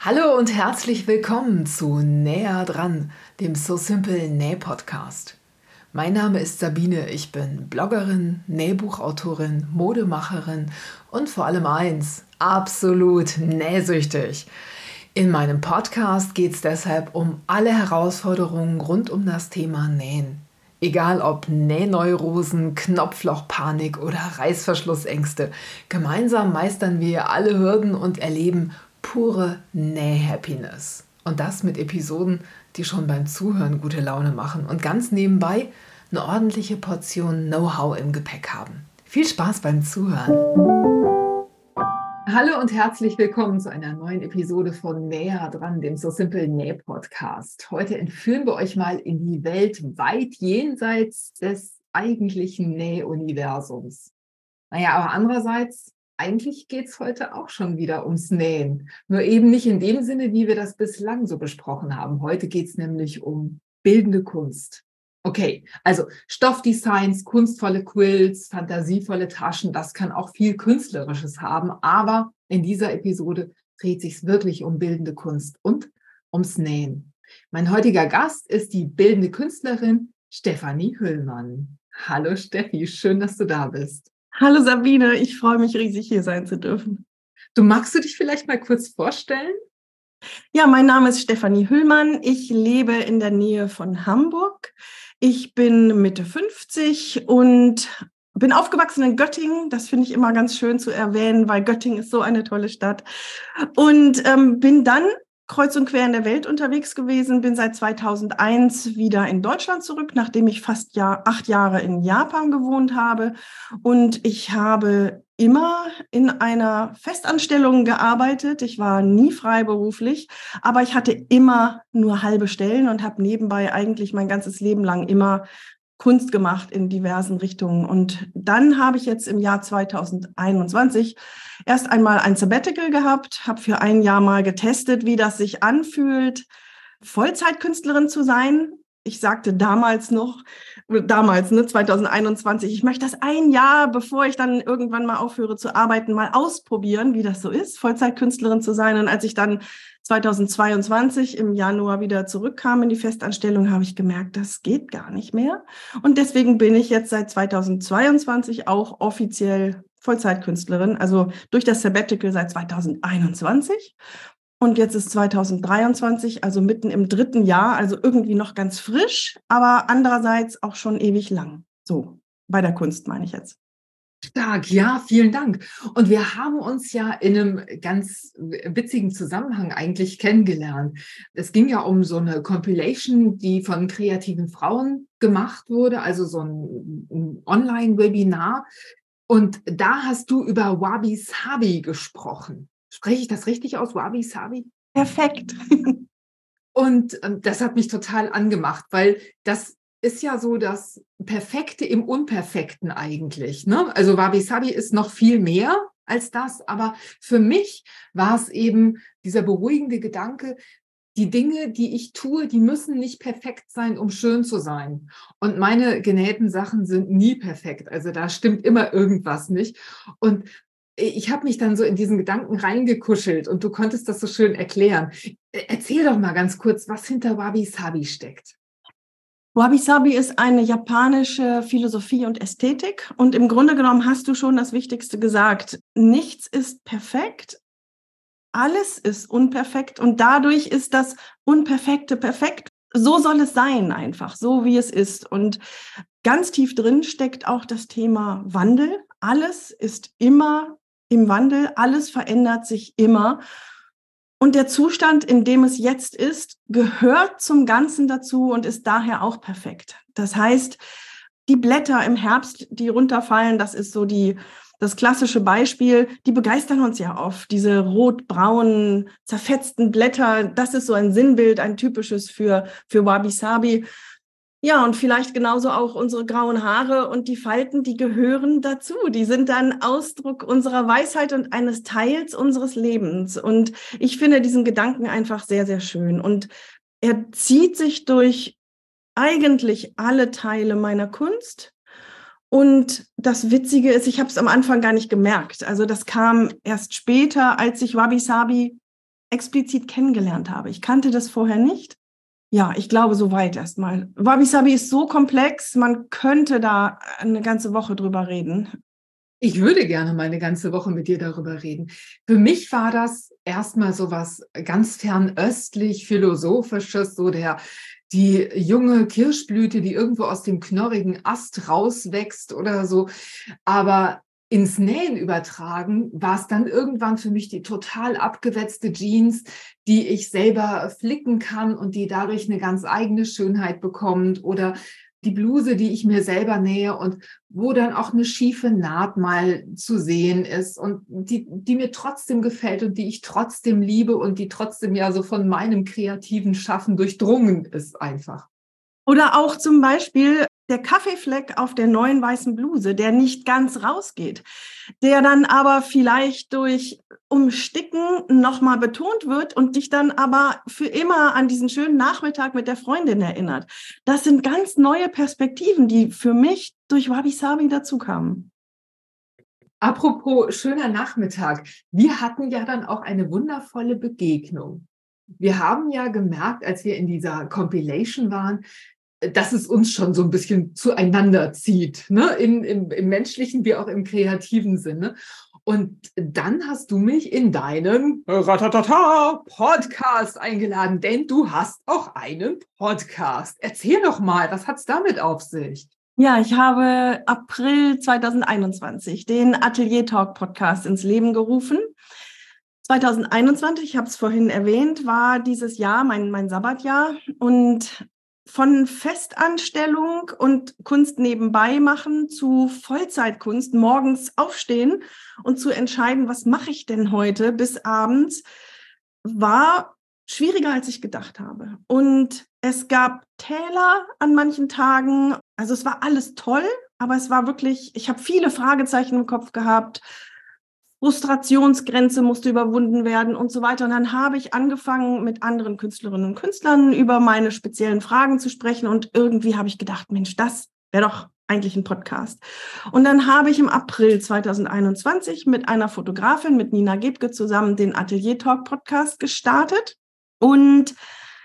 Hallo und herzlich willkommen zu Näher dran, dem So Simple Näh-Podcast. Mein Name ist Sabine, ich bin Bloggerin, Nähbuchautorin, Modemacherin und vor allem eins, absolut nähsüchtig. In meinem Podcast geht es deshalb um alle Herausforderungen rund um das Thema Nähen. Egal ob Nähneurosen, Knopflochpanik oder Reißverschlussängste, gemeinsam meistern wir alle Hürden und erleben pure Näh-Happiness. Und das mit Episoden, die schon beim Zuhören gute Laune machen und ganz nebenbei eine ordentliche Portion Know-how im Gepäck haben. Viel Spaß beim Zuhören! Hallo und herzlich willkommen zu einer neuen Episode von Näher dran, dem So Simple Näh-Podcast. Heute entführen wir euch mal in die Welt weit jenseits des eigentlichen Näh-Universums. Naja, aber andererseits, eigentlich geht es heute auch schon wieder ums Nähen. Nur eben nicht in dem Sinne, wie wir das bislang so besprochen haben. Heute geht es nämlich um bildende Kunst. Okay, also Stoffdesigns, kunstvolle Quilts, fantasievolle Taschen, das kann auch viel Künstlerisches haben. Aber in dieser Episode dreht sich wirklich um bildende Kunst und ums Nähen. Mein heutiger Gast ist die bildende Künstlerin Stefanie Hüllmann. Hallo Steffi, schön, dass du da bist. Hallo Sabine, ich freue mich riesig, hier sein zu dürfen. Magst du dich vielleicht mal kurz vorstellen? Ja, mein Name ist Stefanie Hüllmann. Ich lebe in der Nähe von Hamburg. Ich bin Mitte 50 und bin aufgewachsen in Göttingen. Das finde ich immer ganz schön zu erwähnen, weil Göttingen ist so eine tolle Stadt. Und bin dann kreuz und quer in der Welt unterwegs gewesen, bin seit 2001 wieder in Deutschland zurück, nachdem ich fast 8 Jahre in Japan gewohnt habe. Und ich habe immer in einer Festanstellung gearbeitet. Ich war nie freiberuflich, aber ich hatte immer nur halbe Stellen und habe nebenbei eigentlich mein ganzes Leben lang immer Kunst gemacht in diversen Richtungen. Und dann habe ich jetzt im Jahr 2021 erst einmal ein Sabbatical gehabt, habe für ein Jahr mal getestet, wie das sich anfühlt, Vollzeitkünstlerin zu sein. Ich sagte damals, 2021, ich möchte das ein Jahr, bevor ich dann irgendwann mal aufhöre zu arbeiten, mal ausprobieren, wie das so ist, Vollzeitkünstlerin zu sein. Und als ich dann 2022 im Januar wieder zurückkam in die Festanstellung, habe ich gemerkt, das geht gar nicht mehr. Und deswegen bin ich jetzt seit 2022 auch offiziell Vollzeitkünstlerin, also durch das Sabbatical seit 2021. Und jetzt ist 2023, also mitten im 3. Jahr, also irgendwie noch ganz frisch, aber andererseits auch schon ewig lang. So, bei der Kunst meine ich jetzt. Stark, ja, vielen Dank. Und wir haben uns ja in einem ganz witzigen Zusammenhang eigentlich kennengelernt. Es ging ja um so eine Compilation, die von kreativen Frauen gemacht wurde, also so ein Online-Webinar. Und da hast du über Wabi Sabi gesprochen. Spreche ich das richtig aus, Wabi Sabi? Perfekt. Und das hat mich total angemacht, weil das ist ja so das Perfekte im Unperfekten eigentlich, ne? Also Wabi Sabi ist noch viel mehr als das, aber für mich war es eben dieser beruhigende Gedanke, die Dinge, die ich tue, die müssen nicht perfekt sein, um schön zu sein. Und meine genähten Sachen sind nie perfekt. Also da stimmt immer irgendwas nicht. Und ich habe mich dann so in diesen Gedanken reingekuschelt und du konntest das so schön erklären. Erzähl doch mal ganz kurz, was hinter Wabi Sabi steckt. Wabi Sabi ist eine japanische Philosophie und Ästhetik. Und im Grunde genommen hast du schon das Wichtigste gesagt. Nichts ist perfekt. Alles ist unperfekt und dadurch ist das Unperfekte perfekt. So soll es sein einfach, so wie es ist. Und ganz tief drin steckt auch das Thema Wandel. Alles ist immer im Wandel, alles verändert sich immer. Und der Zustand, in dem es jetzt ist, gehört zum Ganzen dazu und ist daher auch perfekt. Das heißt, die Blätter im Herbst, die runterfallen, das ist so das klassische Beispiel, die begeistern uns ja oft, diese rot-braunen, zerfetzten Blätter, das ist so ein Sinnbild, ein typisches für Wabi Sabi. Ja, und vielleicht genauso auch unsere grauen Haare und die Falten, die gehören dazu. Die sind dann Ausdruck unserer Weisheit und eines Teils unseres Lebens. Und ich finde diesen Gedanken einfach sehr, sehr schön. Und er zieht sich durch eigentlich alle Teile meiner Kunst. Und das Witzige ist, ich habe es am Anfang gar nicht gemerkt. Also das kam erst später, als ich Wabi Sabi explizit kennengelernt habe. Ich kannte das vorher nicht. Ja, ich glaube, soweit erstmal. Wabi-Sabi ist so komplex, man könnte da eine ganze Woche drüber reden. Ich würde gerne mal eine ganze Woche mit dir darüber reden. Für mich war das erstmal so was ganz fernöstlich Philosophisches, so die junge Kirschblüte, die irgendwo aus dem knorrigen Ast rauswächst oder so. Aber ins Nähen übertragen war es dann irgendwann für mich die total abgewetzte Jeans, die ich selber flicken kann und die dadurch eine ganz eigene Schönheit bekommt, oder die Bluse, die ich mir selber nähe und wo dann auch eine schiefe Naht mal zu sehen ist und die mir trotzdem gefällt und die ich trotzdem liebe und die trotzdem ja so von meinem kreativen Schaffen durchdrungen ist einfach. Oder auch zum Beispiel der Kaffeefleck auf der neuen weißen Bluse, der nicht ganz rausgeht, der dann aber vielleicht durch Umsticken nochmal betont wird und dich dann aber für immer an diesen schönen Nachmittag mit der Freundin erinnert. Das sind ganz neue Perspektiven, die für mich durch Wabi-Sabi dazu kamen. Apropos schöner Nachmittag. Wir hatten ja dann auch eine wundervolle Begegnung. Wir haben ja gemerkt, als wir in dieser Compilation waren, dass es uns schon so ein bisschen zueinander zieht, ne? Im menschlichen wie auch im kreativen Sinne. Und dann hast du mich in deinen Podcast eingeladen, denn du hast auch einen Podcast. Erzähl doch mal, was hat's damit auf sich? Ja, ich habe April 2021 den Atelier Talk Podcast ins Leben gerufen. 2021, ich habe es vorhin erwähnt, war dieses Jahr mein Sabbatjahr, und von Festanstellung und Kunst nebenbei machen zu Vollzeitkunst, morgens aufstehen und zu entscheiden, was mache ich denn heute bis abends, war schwieriger, als ich gedacht habe. Und es gab Täler an manchen Tagen. Also es war alles toll, aber es war wirklich, ich habe viele Fragezeichen im Kopf gehabt. Frustrationsgrenze musste überwunden werden und so weiter. Und dann habe ich angefangen, mit anderen Künstlerinnen und Künstlern über meine speziellen Fragen zu sprechen. Und irgendwie habe ich gedacht, Mensch, das wäre doch eigentlich ein Podcast. Und dann habe ich im April 2021 mit einer Fotografin, mit Nina Gebke zusammen, den Atelier Talk Podcast gestartet. Und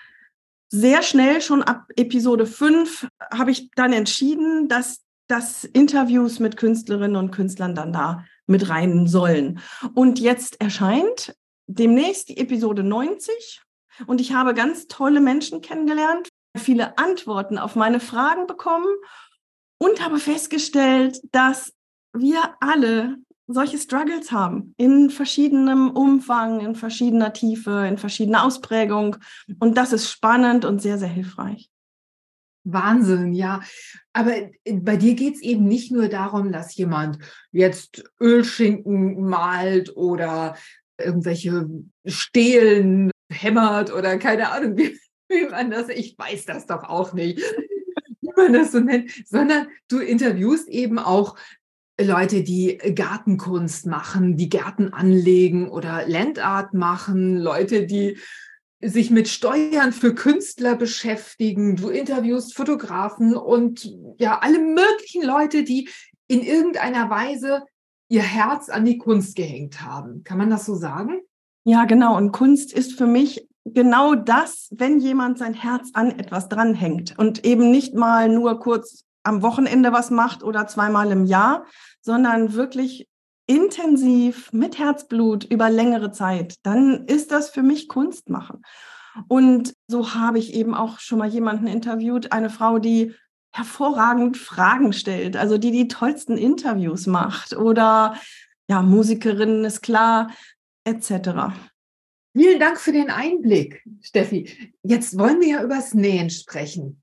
sehr schnell, schon ab Episode 5, habe ich dann entschieden, dass das Interviews mit Künstlerinnen und Künstlern dann da mit rein sollen. Und jetzt erscheint demnächst die Episode 90 und ich habe ganz tolle Menschen kennengelernt, viele Antworten auf meine Fragen bekommen und habe festgestellt, dass wir alle solche Struggles haben, in verschiedenem Umfang, in verschiedener Tiefe, in verschiedener Ausprägung, und das ist spannend und sehr, sehr hilfreich. Wahnsinn, ja. Aber bei dir geht es eben nicht nur darum, dass jemand jetzt Ölschinken malt oder irgendwelche Stelen hämmert oder keine Ahnung, wie man das, ich weiß das doch auch nicht, wie man das so nennt, sondern du interviewst eben auch Leute, die Gartenkunst machen, die Gärten anlegen oder Landart machen, Leute, die sich mit Steuern für Künstler beschäftigen. Du interviewst Fotografen und ja, alle möglichen Leute, die in irgendeiner Weise ihr Herz an die Kunst gehängt haben. Kann man das so sagen? Ja, genau. Und Kunst ist für mich genau das, wenn jemand sein Herz an etwas dranhängt und eben nicht mal nur kurz am Wochenende was macht oder zweimal im Jahr, sondern wirklich intensiv mit Herzblut über längere Zeit, dann ist das für mich Kunst machen. Und so habe ich eben auch schon mal jemanden interviewt, eine Frau, die hervorragend Fragen stellt, also die tollsten Interviews macht, oder ja, Musikerin ist klar, etc. Vielen Dank für den Einblick, Steffi. Jetzt wollen wir ja übers Nähen sprechen.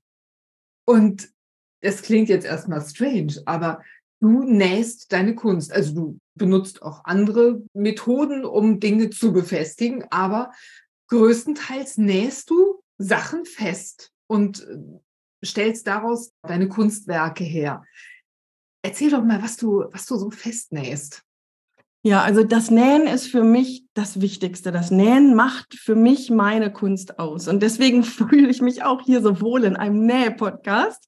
Und es klingt jetzt erstmal strange, aber du nähst deine Kunst. Also du benutzt auch andere Methoden, um Dinge zu befestigen, aber größtenteils nähst du Sachen fest und stellst daraus deine Kunstwerke her. Erzähl doch mal, was du so festnähst. Ja, also das Nähen ist für mich das Wichtigste. Das Nähen macht für mich meine Kunst aus. Und deswegen fühle ich mich auch hier so wohl in einem Näh-Podcast.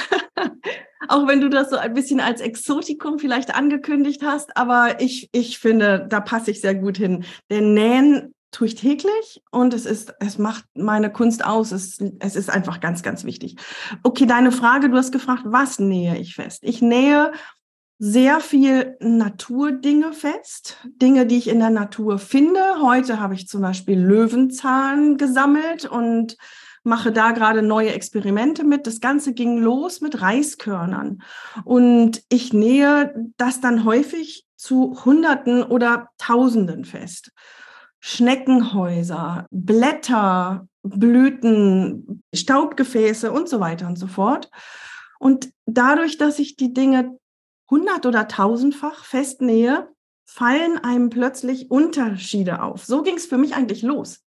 Auch wenn du das so ein bisschen als Exotikum vielleicht angekündigt hast. Aber ich finde, da passe ich sehr gut hin. Denn Nähen tue ich täglich und es macht meine Kunst aus. Es ist einfach ganz, ganz wichtig. Okay, deine Frage, du hast gefragt, was nähe ich fest? Ich nähe sehr viel Naturdinge fest, Dinge, die ich in der Natur finde. Heute habe ich zum Beispiel Löwenzahn gesammelt und mache da gerade neue Experimente mit. Das Ganze ging los mit Reiskörnern. Und ich nähe das dann häufig zu Hunderten oder Tausenden fest. Schneckenhäuser, Blätter, Blüten, Staubgefäße und so weiter und so fort. Und dadurch, dass ich die Dinge oder tausendfach festnähe, fallen einem plötzlich Unterschiede auf. So ging es für mich eigentlich los.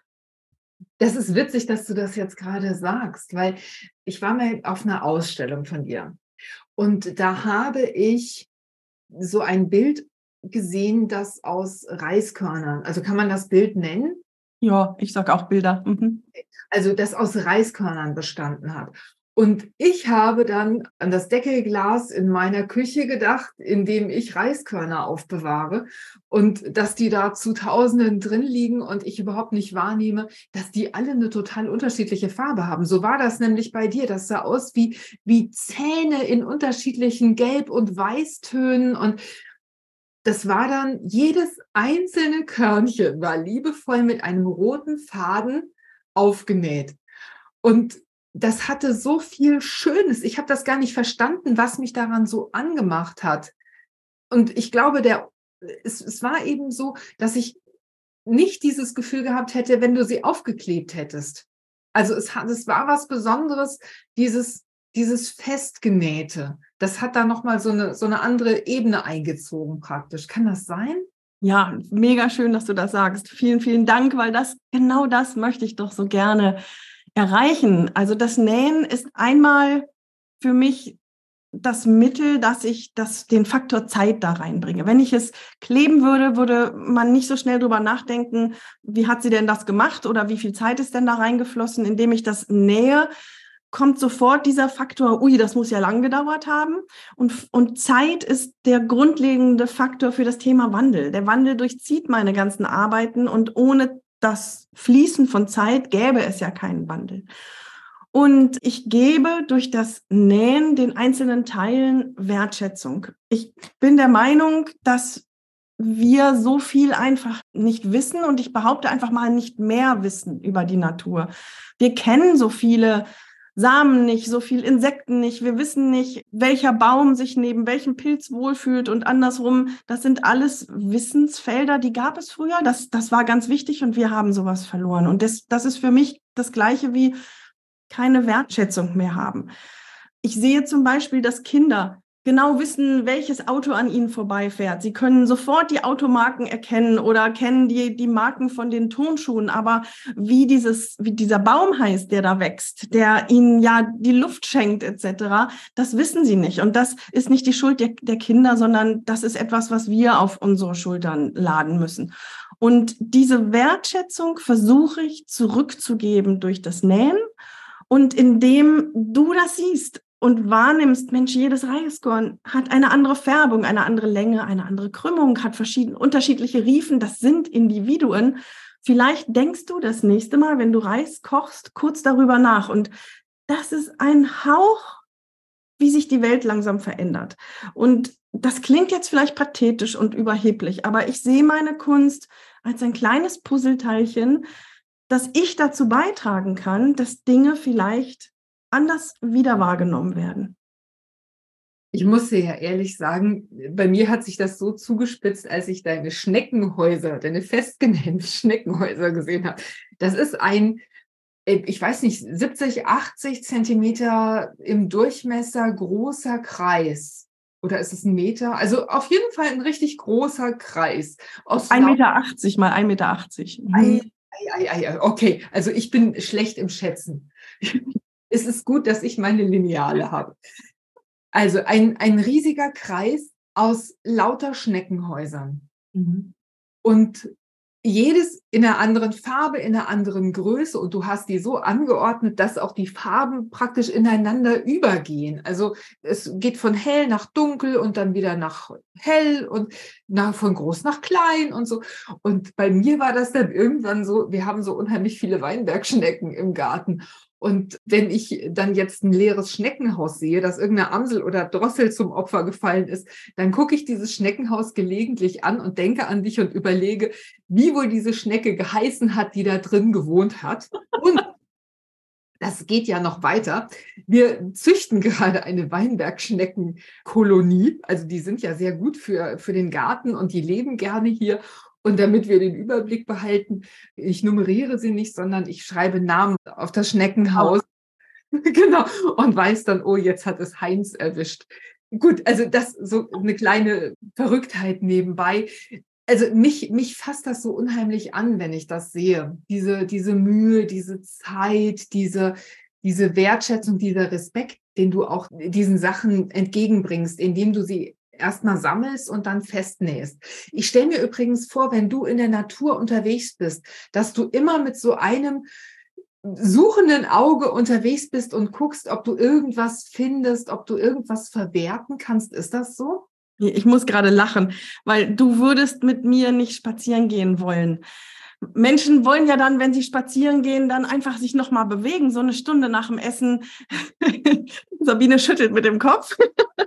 Das ist witzig, dass du das jetzt gerade sagst, weil ich war mal auf einer Ausstellung von dir und da habe ich so ein Bild gesehen, das aus Reiskörnern, also kann man das Bild nennen? Ja, ich sage auch Bilder. Mhm. Also das aus Reiskörnern bestanden hat. Und ich habe dann an das Deckelglas in meiner Küche gedacht, in dem ich Reiskörner aufbewahre und dass die da zu Tausenden drin liegen und ich überhaupt nicht wahrnehme, dass die alle eine total unterschiedliche Farbe haben. So war das nämlich bei dir. Das sah aus wie Zähne in unterschiedlichen Gelb- und Weißtönen und das war dann, jedes einzelne Körnchen war liebevoll mit einem roten Faden aufgenäht. Und das hatte so viel Schönes. Ich habe das gar nicht verstanden, was mich daran so angemacht hat. Und ich glaube, es war eben so, dass ich nicht dieses Gefühl gehabt hätte, wenn du sie aufgeklebt hättest. Also es war was Besonderes, dieses Festgenähte. Das hat da nochmal so eine andere Ebene eingezogen praktisch. Kann das sein? Ja, mega schön, dass du das sagst. Vielen, vielen Dank, weil genau das möchte ich doch so gerne erreichen. Also das Nähen ist einmal für mich das Mittel, dass ich den Faktor Zeit da reinbringe. Wenn ich es kleben würde, würde man nicht so schnell drüber nachdenken, wie hat sie denn das gemacht oder wie viel Zeit ist denn da reingeflossen. Indem ich das nähe, kommt sofort dieser Faktor, ui, das muss ja lang gedauert haben. Und Zeit ist der grundlegende Faktor für das Thema Wandel. Der Wandel durchzieht meine ganzen Arbeiten und ohne das Fließen von Zeit gäbe es ja keinen Wandel. Und ich gebe durch das Nähen den einzelnen Teilen Wertschätzung. Ich bin der Meinung, dass wir so viel einfach nicht wissen und ich behaupte einfach mal nicht mehr wissen über die Natur. Wir kennen so viele Samen nicht, so viel Insekten nicht. Wir wissen nicht, welcher Baum sich neben welchem Pilz wohlfühlt und andersrum. Das sind alles Wissensfelder, die gab es früher. Das war ganz wichtig und wir haben sowas verloren. Und das ist für mich das Gleiche wie keine Wertschätzung mehr haben. Ich sehe zum Beispiel, dass Kinder genau wissen, welches Auto an ihnen vorbeifährt. Sie können sofort die Automarken erkennen oder kennen die Marken von den Turnschuhen. Aber wie dieser Baum heißt, der da wächst, der ihnen ja die Luft schenkt etc., das wissen sie nicht. Und das ist nicht die Schuld der Kinder, sondern das ist etwas, was wir auf unsere Schultern laden müssen. Und diese Wertschätzung versuche ich zurückzugeben durch das Nähen. Und indem du das siehst und wahrnimmst, Mensch, jedes Reiskorn hat eine andere Färbung, eine andere Länge, eine andere Krümmung, hat unterschiedliche Riefen, das sind Individuen. Vielleicht denkst du das nächste Mal, wenn du Reis kochst, kurz darüber nach. Und das ist ein Hauch, wie sich die Welt langsam verändert. Und das klingt jetzt vielleicht pathetisch und überheblich, aber ich sehe meine Kunst als ein kleines Puzzleteilchen, dass ich dazu beitragen kann, dass Dinge vielleicht anders wieder wahrgenommen werden. Ich muss dir ja ehrlich sagen, bei mir hat sich das so zugespitzt, als ich deine festgenähten Schneckenhäuser gesehen habe. Das ist ich weiß nicht, 70, 80 Zentimeter im Durchmesser großer Kreis. Oder ist es ein Meter? Also auf jeden Fall ein richtig großer Kreis. 1,80 Meter mal 1,80 Meter. Mhm. Okay, also ich bin schlecht im Schätzen. Es ist gut, dass ich meine Lineale habe. Also ein riesiger Kreis aus lauter Schneckenhäusern. Mhm. Und jedes in einer anderen Farbe, in einer anderen Größe und du hast die so angeordnet, dass auch die Farben praktisch ineinander übergehen. Also es geht von hell nach dunkel und dann wieder nach hell und von groß nach klein und so. Und bei mir war das dann irgendwann so, wir haben so unheimlich viele Weinbergschnecken im Garten. Und wenn ich dann jetzt ein leeres Schneckenhaus sehe, dass irgendeine Amsel oder Drossel zum Opfer gefallen ist, dann gucke ich dieses Schneckenhaus gelegentlich an und denke an dich und überlege, wie wohl diese Schnecke geheißen hat, die da drin gewohnt hat. Und das geht ja noch weiter. Wir züchten gerade eine Weinbergschneckenkolonie. Also die sind ja sehr gut für den Garten und die leben gerne hier. Und damit wir den Überblick behalten, ich nummeriere sie nicht, sondern ich schreibe Namen auf das Schneckenhaus. Genau. Und weiß dann, oh, jetzt hat es Heinz erwischt. Gut, also das so eine kleine Verrücktheit nebenbei. Also mich fasst das so unheimlich an, wenn ich das sehe. Diese Mühe, diese Zeit, diese Wertschätzung, dieser Respekt, den du auch diesen Sachen entgegenbringst, indem du sie erstmal sammelst und dann festnähst. Ich stelle mir übrigens vor, wenn du in der Natur unterwegs bist, dass du immer mit so einem suchenden Auge unterwegs bist und guckst, ob du irgendwas findest, ob du irgendwas verwerten kannst. Ist das so? Ich muss gerade lachen, weil du würdest mit mir nicht spazieren gehen wollen. Menschen wollen ja dann, wenn sie spazieren gehen, dann einfach sich nochmal bewegen, so eine Stunde nach dem Essen. Sabine schüttelt mit dem Kopf.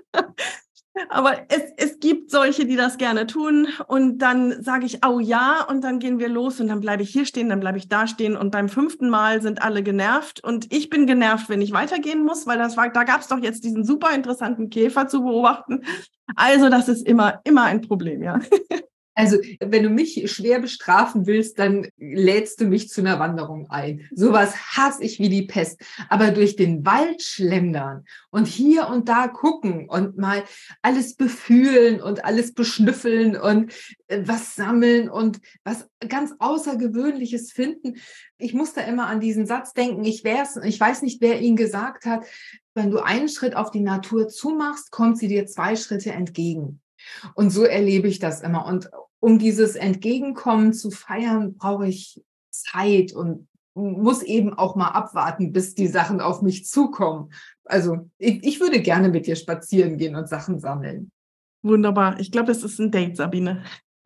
Aber es gibt solche, die das gerne tun und dann sage ich, oh ja, und dann gehen wir los und dann bleibe ich hier stehen, dann bleibe ich da stehen und beim 5. Mal sind alle genervt und ich bin genervt, wenn ich weitergehen muss, weil da gab es doch jetzt diesen super interessanten Käfer zu beobachten. Also das ist immer ein Problem, ja. Also, wenn du mich schwer bestrafen willst, dann lädst du mich zu einer Wanderung ein. Sowas hasse ich wie die Pest. Aber durch den Wald schlendern und hier und da gucken und mal alles befühlen und alles beschnüffeln und was sammeln und was ganz Außergewöhnliches finden. Ich muss da immer an diesen Satz denken, ich weiß nicht, wer ihn gesagt hat, wenn du einen Schritt auf die Natur zumachst, kommt sie dir 2 Schritte entgegen. Und so erlebe ich das immer. Und um dieses Entgegenkommen zu feiern, brauche ich Zeit und muss eben auch mal abwarten, bis die Sachen auf mich zukommen. Also ich würde gerne mit dir spazieren gehen und Sachen sammeln. Wunderbar. Ich glaube, das ist ein Date, Sabine.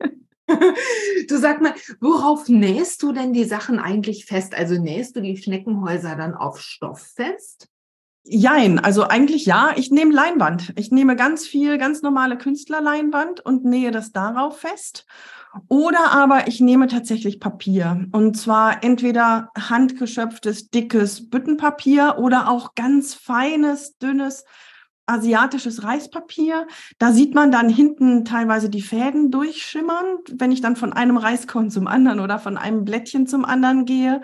Du, sag mal, worauf nähst du denn die Sachen eigentlich fest? Also nähst du die Schneckenhäuser dann auf Stoff fest? Jein, also eigentlich ja. Ich nehme Leinwand. Ich nehme ganz normale Künstlerleinwand und nähe das darauf fest. Oder aber ich nehme tatsächlich Papier. Und zwar entweder handgeschöpftes, dickes Büttenpapier oder auch ganz feines, dünnes asiatisches Reispapier. Da sieht man dann hinten teilweise die Fäden durchschimmern, wenn ich dann von einem Reiskorn zum anderen oder von einem Blättchen zum anderen gehe.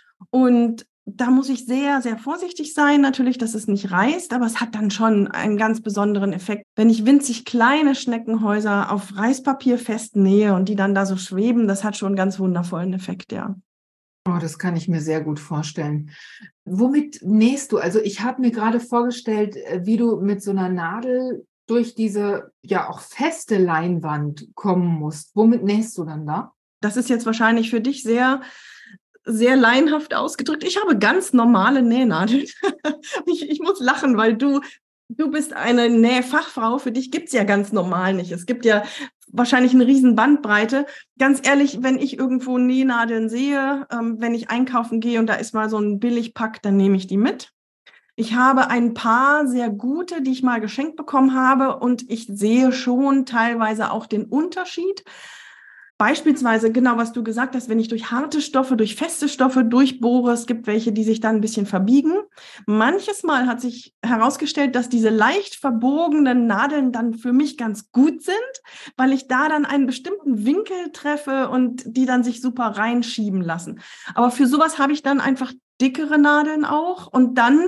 Und da muss ich sehr, sehr vorsichtig sein, natürlich, dass es nicht reißt, aber es hat dann schon einen ganz besonderen Effekt. Wenn ich winzig kleine Schneckenhäuser auf Reispapier festnähe und die dann da so schweben, das hat schon einen ganz wundervollen Effekt, ja. Oh, das kann ich mir sehr gut vorstellen. Womit nähst du? Also ich habe mir gerade vorgestellt, wie du mit so einer Nadel durch diese ja auch feste Leinwand kommen musst. Womit nähst du dann da? Das ist jetzt wahrscheinlich für dich sehr laienhaft ausgedrückt. Ich habe ganz normale Nähnadeln. Ich muss lachen, weil du bist eine Nähfachfrau. Für dich gibt's ja ganz normal nicht. Es gibt ja wahrscheinlich eine riesen Bandbreite. Ganz ehrlich, wenn ich irgendwo Nähnadeln sehe, wenn ich einkaufen gehe und da ist mal so ein Billigpack, dann nehme ich die mit. Ich habe ein paar sehr gute, die ich mal geschenkt bekommen habe und ich sehe schon teilweise auch den Unterschied. Beispielsweise, genau was du gesagt hast, wenn ich durch harte Stoffe, durch feste Stoffe durchbohre, es gibt welche, die sich dann ein bisschen verbiegen. Manches Mal hat sich herausgestellt, dass diese leicht verbogenen Nadeln dann für mich ganz gut sind, weil ich da dann einen bestimmten Winkel treffe und die dann sich super reinschieben lassen. Aber für sowas habe ich dann einfach dickere Nadeln auch und dann,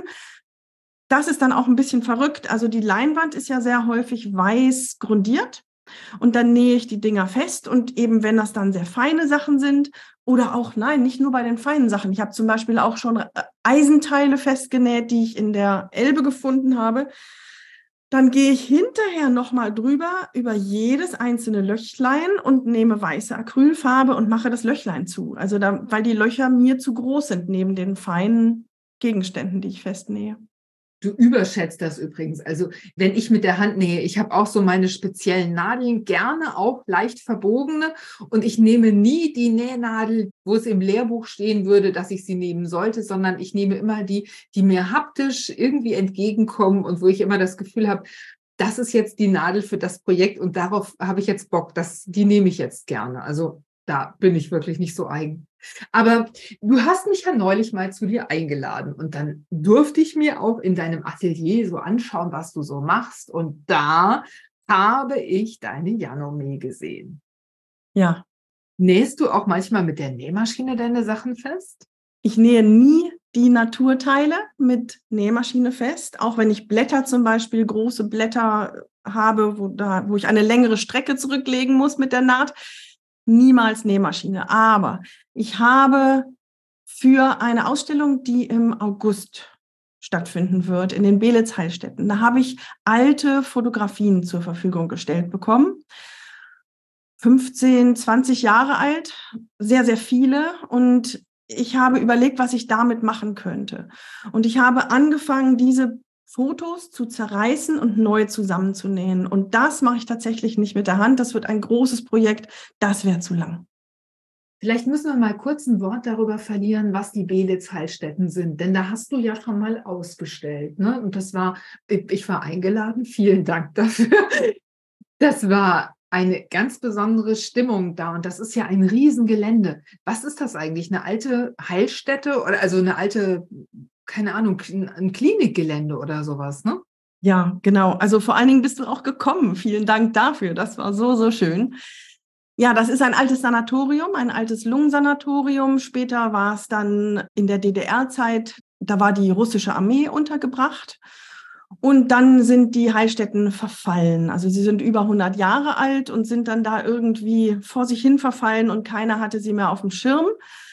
das ist dann auch ein bisschen verrückt. Also die Leinwand ist ja sehr häufig weiß grundiert. Und dann nähe ich die Dinger fest und eben, wenn das dann sehr feine Sachen sind oder auch, nein, nicht nur bei den feinen Sachen. Ich habe zum Beispiel auch schon Eisenteile festgenäht, die ich in der Elbe gefunden habe. Dann gehe ich hinterher nochmal drüber über jedes einzelne Löchlein und nehme weiße Acrylfarbe und mache das Löchlein zu. Also weil die Löcher mir zu groß sind neben den feinen Gegenständen, die ich festnähe. Du überschätzt das übrigens. Also wenn ich mit der Hand nähe, ich habe auch so meine speziellen Nadeln, gerne auch leicht verbogene. Und ich nehme nie die Nähnadel, wo es im Lehrbuch stehen würde, dass ich sie nehmen sollte, sondern ich nehme immer die, die mir haptisch irgendwie entgegenkommen und wo ich immer das Gefühl habe, das ist jetzt die Nadel für das Projekt und darauf habe ich jetzt Bock. Die nehme ich jetzt gerne. Also da bin ich wirklich nicht so eigen. Aber du hast mich ja neulich mal zu dir eingeladen und dann durfte ich mir auch in deinem Atelier so anschauen, was du so machst. Und da habe ich deine Janome gesehen. Ja. Nähst du auch manchmal mit der Nähmaschine deine Sachen fest? Ich nähe nie die Naturteile mit Nähmaschine fest, auch wenn ich Blätter zum Beispiel, große Blätter habe, wo ich eine längere Strecke zurücklegen muss mit der Naht. Niemals Nähmaschine. Aber ich habe für eine Ausstellung, die im August stattfinden wird, in den Beelitz-Heilstätten, da habe ich alte Fotografien zur Verfügung gestellt bekommen. 15, 20 Jahre alt, sehr, sehr viele. Und ich habe überlegt, was ich damit machen könnte. Und ich habe angefangen, diese Fotos zu zerreißen und neu zusammenzunähen. Und das mache ich tatsächlich nicht mit der Hand. Das wird ein großes Projekt. Das wäre zu lang. Vielleicht müssen wir mal kurz ein Wort darüber verlieren, was die Beelitz-Heilstätten sind. Denn da hast du ja schon mal ausgestellt, ne? Und ich war eingeladen. Vielen Dank dafür. Das war eine ganz besondere Stimmung da und das ist ja ein Riesengelände. Was ist das eigentlich? Eine alte Heilstätte oder also eine alte, keine Ahnung, ein Klinikgelände oder sowas, ne? Ja, genau. Also vor allen Dingen bist du auch gekommen. Vielen Dank dafür. Das war so, so schön. Ja, das ist ein altes Sanatorium, ein altes Lungensanatorium. Später war es dann in der DDR-Zeit, da war die russische Armee untergebracht. Und dann sind die Heilstätten verfallen. Also sie sind über 100 Jahre alt und sind dann da irgendwie vor sich hin verfallen und keiner hatte sie mehr auf dem Schirm.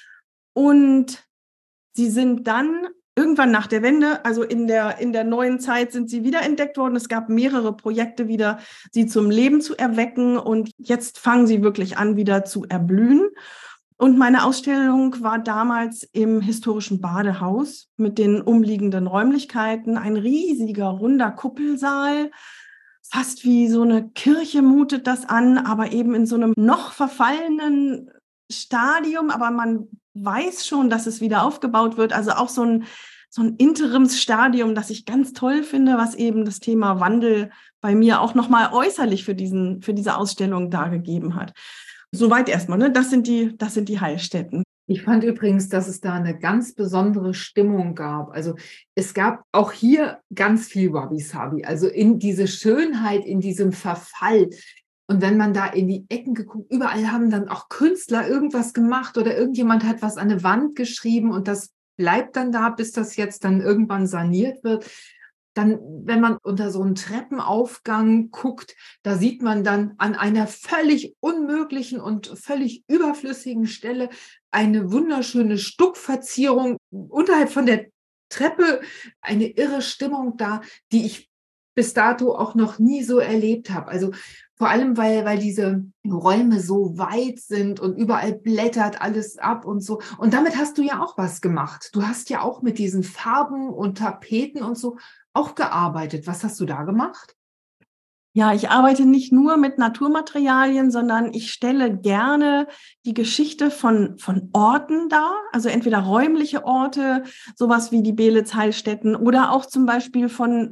Und sie sind dann irgendwann nach der Wende, also in der neuen Zeit, sind sie wiederentdeckt worden. Es gab mehrere Projekte wieder, sie zum Leben zu erwecken. Und jetzt fangen sie wirklich an, wieder zu erblühen. Und meine Ausstellung war damals im historischen Badehaus mit den umliegenden Räumlichkeiten. Ein riesiger, runder Kuppelsaal. Fast wie so eine Kirche mutet das an, aber eben in so einem noch verfallenen Stadium. Aber man weiß schon, dass es wieder aufgebaut wird. Also auch so ein Interimsstadium, das ich ganz toll finde, was eben das Thema Wandel bei mir auch nochmal äußerlich für diese Ausstellung dargegeben hat. Soweit erstmal, ne? Das sind die Heilstätten. Ich fand übrigens, dass es da eine ganz besondere Stimmung gab. Also es gab auch hier ganz viel Wabi-Sabi, also in diese Schönheit, in diesem Verfall. Und wenn man da in die Ecken geguckt, überall haben dann auch Künstler irgendwas gemacht oder irgendjemand hat was an eine Wand geschrieben und das bleibt dann da, bis das jetzt dann irgendwann saniert wird. Dann, wenn man unter so einen Treppenaufgang guckt, da sieht man dann an einer völlig unmöglichen und völlig überflüssigen Stelle eine wunderschöne Stuckverzierung unterhalb von der Treppe, eine irre Stimmung da, die ich bis dato auch noch nie so erlebt habe. Also vor allem, weil diese Räume so weit sind und überall blättert alles ab und so. Und damit hast du ja auch was gemacht. Du hast ja auch mit diesen Farben und Tapeten und so auch gearbeitet. Was hast du da gemacht? Ja, ich arbeite nicht nur mit Naturmaterialien, sondern ich stelle gerne die Geschichte von Orten dar, also entweder räumliche Orte, sowas wie die Beelitz-Heilstätten oder auch zum Beispiel von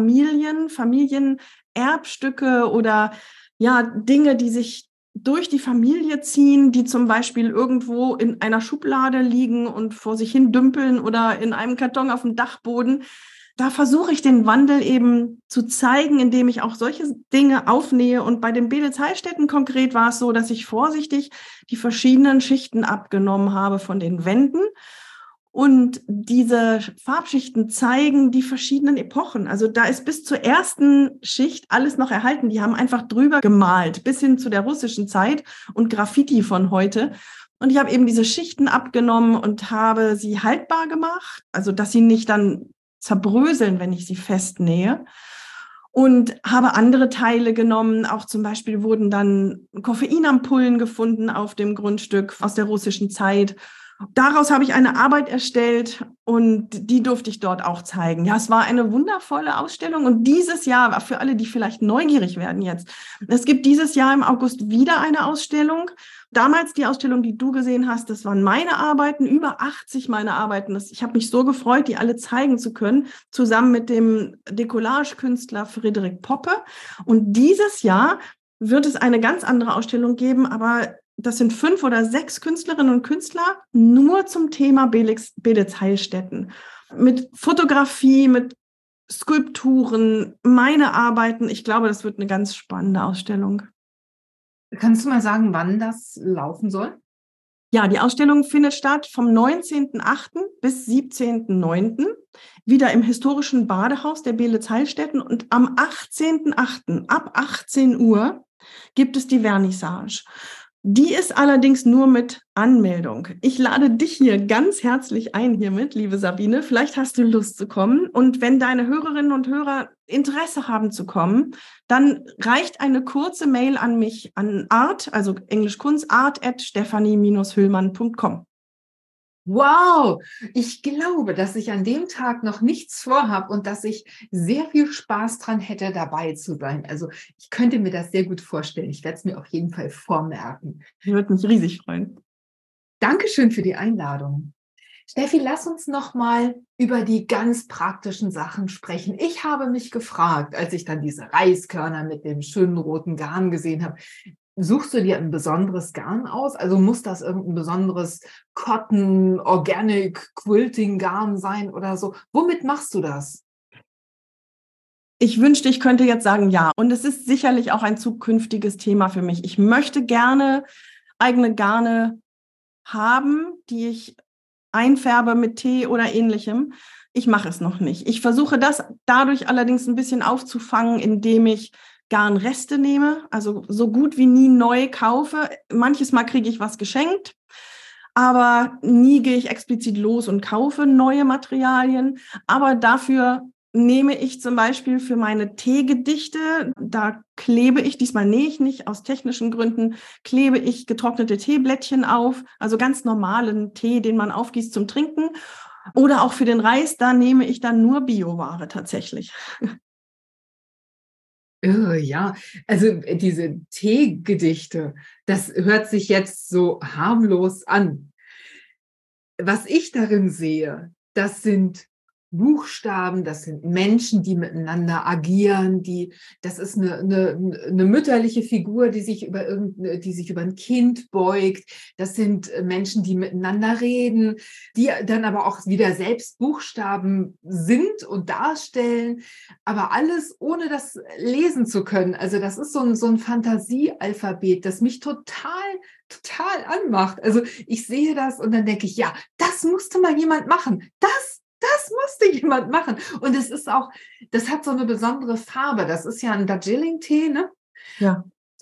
Familienerbstücke oder ja, Dinge, die sich durch die Familie ziehen, die zum Beispiel irgendwo in einer Schublade liegen und vor sich hin dümpeln oder in einem Karton auf dem Dachboden. Da versuche ich den Wandel eben zu zeigen, indem ich auch solche Dinge aufnähe. Und bei den Beelitz-Heilstätten konkret war es so, dass ich vorsichtig die verschiedenen Schichten abgenommen habe von den Wänden. Und diese Farbschichten zeigen die verschiedenen Epochen. Also da ist bis zur ersten Schicht alles noch erhalten. Die haben einfach drüber gemalt, bis hin zu der russischen Zeit und Graffiti von heute. Und ich habe eben diese Schichten abgenommen und habe sie haltbar gemacht, also dass sie nicht dann zerbröseln, wenn ich sie festnähe. und habe andere Teile genommen. Auch zum Beispiel wurden dann Koffeinampullen gefunden auf dem Grundstück aus der russischen Zeit. Daraus habe ich eine Arbeit erstellt und die durfte ich dort auch zeigen. Ja, es war eine wundervolle Ausstellung und dieses Jahr, für alle, die vielleicht neugierig werden jetzt, es gibt dieses Jahr im August wieder eine Ausstellung. Damals die Ausstellung, die du gesehen hast, das waren meine Arbeiten, über 80 meine Arbeiten. Ich habe mich so gefreut, die alle zeigen zu können, zusammen mit dem Decollage-Künstler Friedrich Poppe. Und dieses Jahr wird es eine ganz andere Ausstellung geben, aber das sind 5 oder 6 Künstlerinnen und Künstler nur zum Thema Beelitz-Heilstätten. Mit Fotografie, mit Skulpturen, meine Arbeiten. Ich glaube, das wird eine ganz spannende Ausstellung. Kannst du mal sagen, wann das laufen soll? Ja, die Ausstellung findet statt vom 19.08. bis 17.09. wieder im historischen Badehaus der Beelitz-Heilstätten und am 18.08. ab 18 Uhr gibt es die Vernissage. Die ist allerdings nur mit Anmeldung. Ich lade dich hier ganz herzlich ein hiermit, liebe Sabine. Vielleicht hast du Lust zu kommen. Und wenn deine Hörerinnen und Hörer Interesse haben zu kommen, dann reicht eine kurze Mail an mich an art, also Englisch Kunst, art@stephanie-hüllmann.com. Wow, ich glaube, dass ich an dem Tag noch nichts vorhabe und dass ich sehr viel Spaß dran hätte, dabei zu sein. Also ich könnte mir das sehr gut vorstellen. Ich werde es mir auf jeden Fall vormerken. Ich würde mich riesig freuen. Dankeschön für die Einladung. Steffi, lass uns noch mal über die ganz praktischen Sachen sprechen. Ich habe mich gefragt, als ich dann diese Reiskörner mit dem schönen roten Garn gesehen habe, suchst du dir ein besonderes Garn aus? Also muss das irgendein besonderes Cotton, Organic, Quilting Garn sein oder so? Womit machst du das? Ich wünschte, ich könnte jetzt sagen, ja. Und es ist sicherlich auch ein zukünftiges Thema für mich. Ich möchte gerne eigene Garne haben, die ich einfärbe mit Tee oder ähnlichem. Ich mache es noch nicht. Ich versuche das dadurch allerdings ein bisschen aufzufangen, indem ich Garnreste nehme, also so gut wie nie neu kaufe. Manches Mal kriege ich was geschenkt, aber nie gehe ich explizit los und kaufe neue Materialien. Aber dafür nehme ich zum Beispiel für meine Teegedichte, da klebe ich, diesmal nähe ich nicht aus technischen Gründen, klebe ich getrocknete Teeblättchen auf, also ganz normalen Tee, den man aufgießt zum Trinken. Oder auch für den Reis, da nehme ich dann nur Bioware tatsächlich. Ja, also diese Teegedichte, das hört sich jetzt so harmlos an. Was ich darin sehe, das sind Buchstaben, das sind Menschen, die miteinander agieren, das ist eine mütterliche Figur, die sich über ein Kind beugt. Das sind Menschen, die miteinander reden, die dann aber auch wieder selbst Buchstaben sind und darstellen, aber alles ohne das lesen zu können. Also das ist so ein Fantasiealphabet, das mich total anmacht. Also ich sehe das und dann denke ich, ja, das musste mal jemand machen. Das musste jemand machen. Und es ist auch, das hat so eine besondere Farbe. Das ist ja ein Darjeeling-Tee, ne? Ja.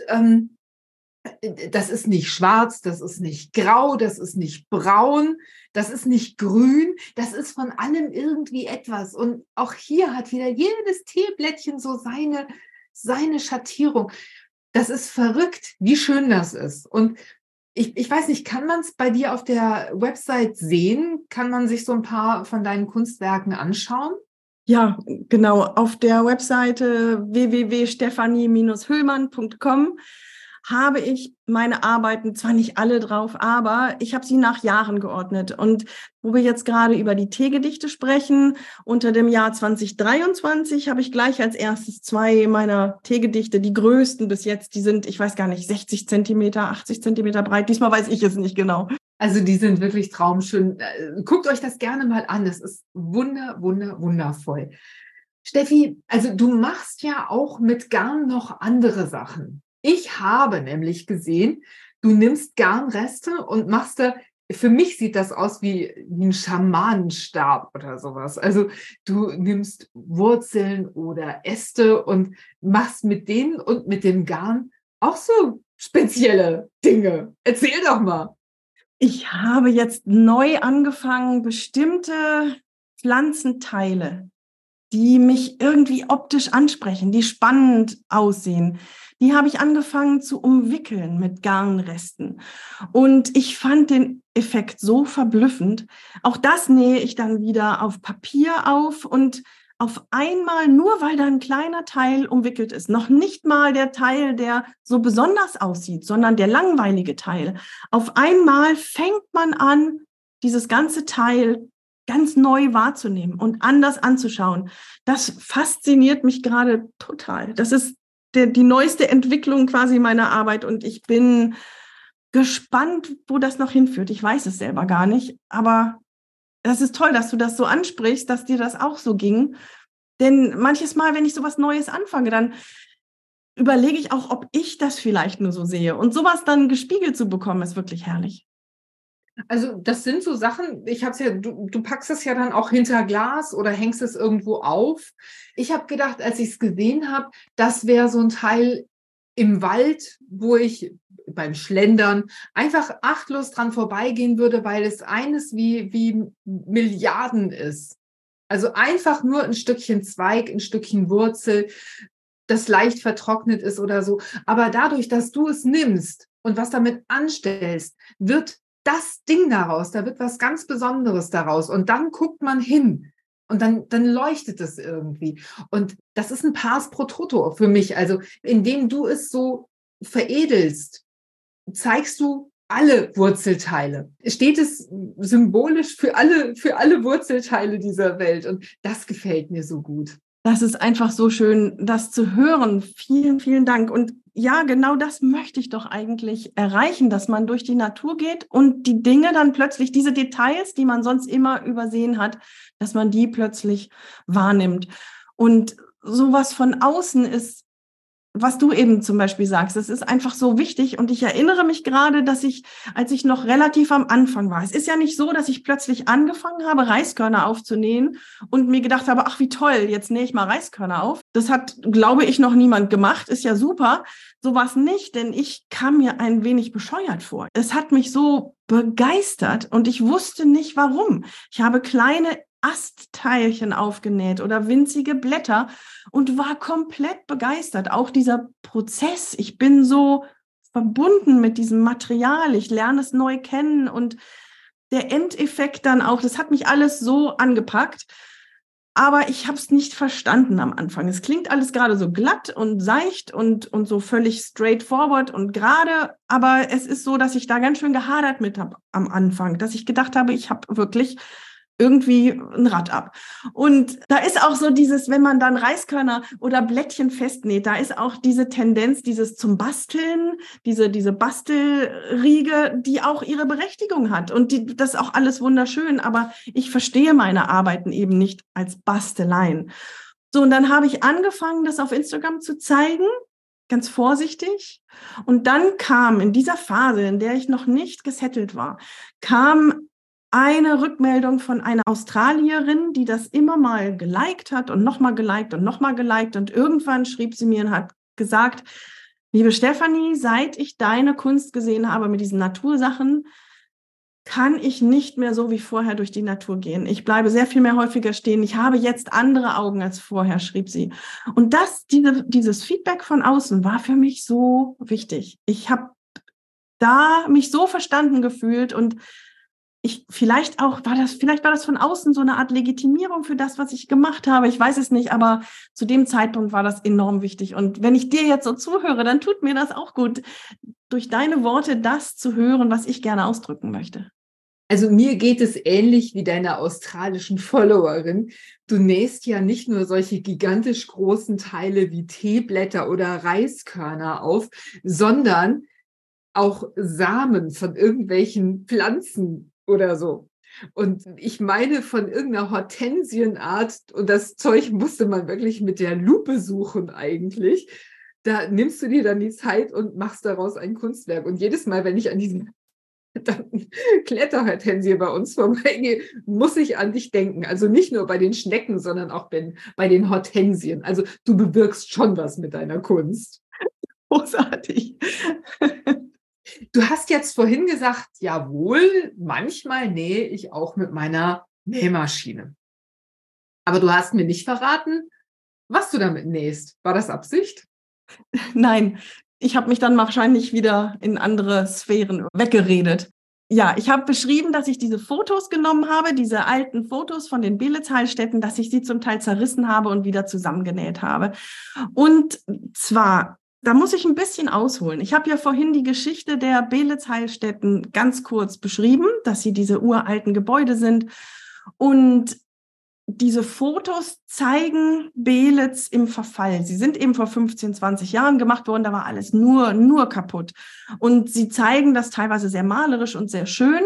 Das ist nicht schwarz, das ist nicht grau, das ist nicht braun, das ist nicht grün, das ist von allem irgendwie etwas. Und auch hier hat wieder jedes Teeblättchen so seine Schattierung. Das ist verrückt, wie schön das ist. Und ich weiß nicht, kann man es bei dir auf der Website sehen? Kann man sich so ein paar von deinen Kunstwerken anschauen? Ja, genau. Auf der Webseite www.stephanie-hüllmann.com habe ich meine Arbeiten, zwar nicht alle drauf, aber ich habe sie nach Jahren geordnet. Und wo wir jetzt gerade über die Teegedichte sprechen, unter dem Jahr 2023 habe ich gleich als erstes 2 meiner Teegedichte, die größten bis jetzt, die sind, ich weiß gar nicht, 60 Zentimeter, 80 Zentimeter breit. Diesmal weiß ich es nicht genau. Also die sind wirklich traumschön. Guckt euch das gerne mal an. Das ist wundervoll. Steffi, also du machst ja auch mit Garn noch andere Sachen. Ich habe nämlich gesehen, du nimmst Garnreste und machst da, für mich sieht das aus wie ein Schamanenstab oder sowas. Also du nimmst Wurzeln oder Äste und machst mit denen und mit dem Garn auch so spezielle Dinge. Erzähl doch mal. Ich habe jetzt neu angefangen, bestimmte Pflanzenteile, die mich irgendwie optisch ansprechen, die spannend aussehen. Die habe ich angefangen zu umwickeln mit Garnresten. Und ich fand den Effekt so verblüffend. Auch das nähe ich dann wieder auf Papier auf und auf einmal, nur weil da ein kleiner Teil umwickelt ist, noch nicht mal der Teil, der so besonders aussieht, sondern der langweilige Teil. Auf einmal fängt man an, dieses ganze Teil ganz neu wahrzunehmen und anders anzuschauen. Das fasziniert mich gerade total. Das ist die neueste Entwicklung quasi meiner Arbeit und ich bin gespannt, wo das noch hinführt. Ich weiß es selber gar nicht, aber das ist toll, dass du das so ansprichst, dass dir das auch so ging. Denn manches Mal, wenn ich sowas Neues anfange, dann überlege ich auch, ob ich das vielleicht nur so sehe. Und sowas dann gespiegelt zu bekommen, ist wirklich herrlich. Also das sind so Sachen, ich habe es ja, du packst es ja dann auch hinter Glas oder hängst es irgendwo auf. Ich habe gedacht, als ich es gesehen habe, das wäre so ein Teil im Wald, wo ich beim Schlendern einfach achtlos dran vorbeigehen würde, weil es eines wie Milliarden ist. Also einfach nur ein Stückchen Zweig, ein Stückchen Wurzel, das leicht vertrocknet ist oder so. Aber dadurch, dass du es nimmst und was damit anstellst, wird das Ding daraus, da wird was ganz Besonderes daraus. Und dann guckt man hin und dann leuchtet es irgendwie. Und das ist ein Pars pro Toto für mich. Also indem du es so veredelst, zeigst du alle Wurzelteile. Steht es symbolisch für alle Wurzelteile dieser Welt. Und das gefällt mir so gut. Das ist einfach so schön, das zu hören. Vielen, vielen Dank. Und ja, genau das möchte ich doch eigentlich erreichen, dass man durch die Natur geht und die Dinge dann plötzlich, diese Details, die man sonst immer übersehen hat, dass man die plötzlich wahrnimmt. Und sowas von außen ist, was du eben zum Beispiel sagst, das ist einfach so wichtig. Und ich erinnere mich gerade, dass ich, als ich noch relativ am Anfang war, es ist ja nicht so, dass ich plötzlich angefangen habe, Reiskörner aufzunähen und mir gedacht habe, ach wie toll, jetzt nähe ich mal Reiskörner auf. Das hat, glaube ich, noch niemand gemacht, ist ja super. So war es nicht, denn ich kam mir ein wenig bescheuert vor. Es hat mich so begeistert und ich wusste nicht, warum. Ich habe kleine Astteilchen aufgenäht oder winzige Blätter und war komplett begeistert. Auch dieser Prozess. Ich bin so verbunden mit diesem Material. Ich lerne es neu kennen und der Endeffekt dann auch, das hat mich alles so angepackt. Aber ich habe es nicht verstanden am Anfang. Es klingt alles gerade so glatt und seicht und so völlig straightforward und gerade. Aber es ist so, dass ich da ganz schön gehadert mit habe am Anfang, dass ich gedacht habe, ich habe wirklich irgendwie ein Rad ab. Und da ist auch so dieses, wenn man dann Reiskörner oder Blättchen festnäht, da ist auch diese Tendenz, dieses zum Basteln, diese Bastelriege, die auch ihre Berechtigung hat. Und das ist auch alles wunderschön, aber ich verstehe meine Arbeiten eben nicht als Basteleien. So, und dann habe ich angefangen, das auf Instagram zu zeigen, ganz vorsichtig. Und dann kam in dieser Phase, in der ich noch nicht gesettelt war, kam eine Rückmeldung von einer Australierin, die das immer mal geliked hat und nochmal geliked und nochmal geliked. Und irgendwann schrieb sie mir und hat gesagt, liebe Stefanie, seit ich deine Kunst gesehen habe mit diesen Natursachen, kann ich nicht mehr so wie vorher durch die Natur gehen. Ich bleibe sehr viel mehr häufiger stehen. Ich habe jetzt andere Augen als vorher, schrieb sie. Und dieses Feedback von außen war für mich so wichtig. Ich habe da mich so verstanden gefühlt und vielleicht war das von außen so eine Art Legitimierung für das, was ich gemacht habe. Ich weiß es nicht, aber zu dem Zeitpunkt war das enorm wichtig. Und wenn ich dir jetzt so zuhöre, dann tut mir das auch gut, durch deine Worte das zu hören, was ich gerne ausdrücken möchte. Also mir geht es ähnlich wie deiner australischen Followerin. Du nähst ja nicht nur solche gigantisch großen Teile wie Teeblätter oder Reiskörner auf, sondern auch Samen von irgendwelchen Pflanzen oder so. Und ich meine von irgendeiner Hortensienart, und das Zeug musste man wirklich mit der Lupe suchen eigentlich. Da nimmst du dir dann die Zeit und machst daraus ein Kunstwerk. Und jedes Mal, wenn ich an diesen Kletterhortensie bei uns vorbeigehe, muss ich an dich denken. Also nicht nur bei den Schnecken, sondern auch bei den Hortensien. Also du bewirkst schon was mit deiner Kunst. Großartig. Du hast jetzt vorhin gesagt, jawohl, manchmal nähe ich auch mit meiner Nähmaschine. Aber du hast mir nicht verraten, was du damit nähst. War das Absicht? Nein, ich habe mich dann wahrscheinlich wieder in andere Sphären weggeredet. Ja, ich habe beschrieben, dass ich diese Fotos genommen habe, diese alten Fotos von den Beelitz-Heilstätten, dass ich sie zum Teil zerrissen habe und wieder zusammengenäht habe. Und zwar, da muss ich ein bisschen ausholen. Ich habe ja vorhin die Geschichte der Beelitz-Heilstätten ganz kurz beschrieben, dass sie diese uralten Gebäude sind. Und diese Fotos zeigen Beelitz im Verfall. Sie sind eben vor 15, 20 Jahren gemacht worden, da war alles nur kaputt. Und sie zeigen das teilweise sehr malerisch und sehr schön.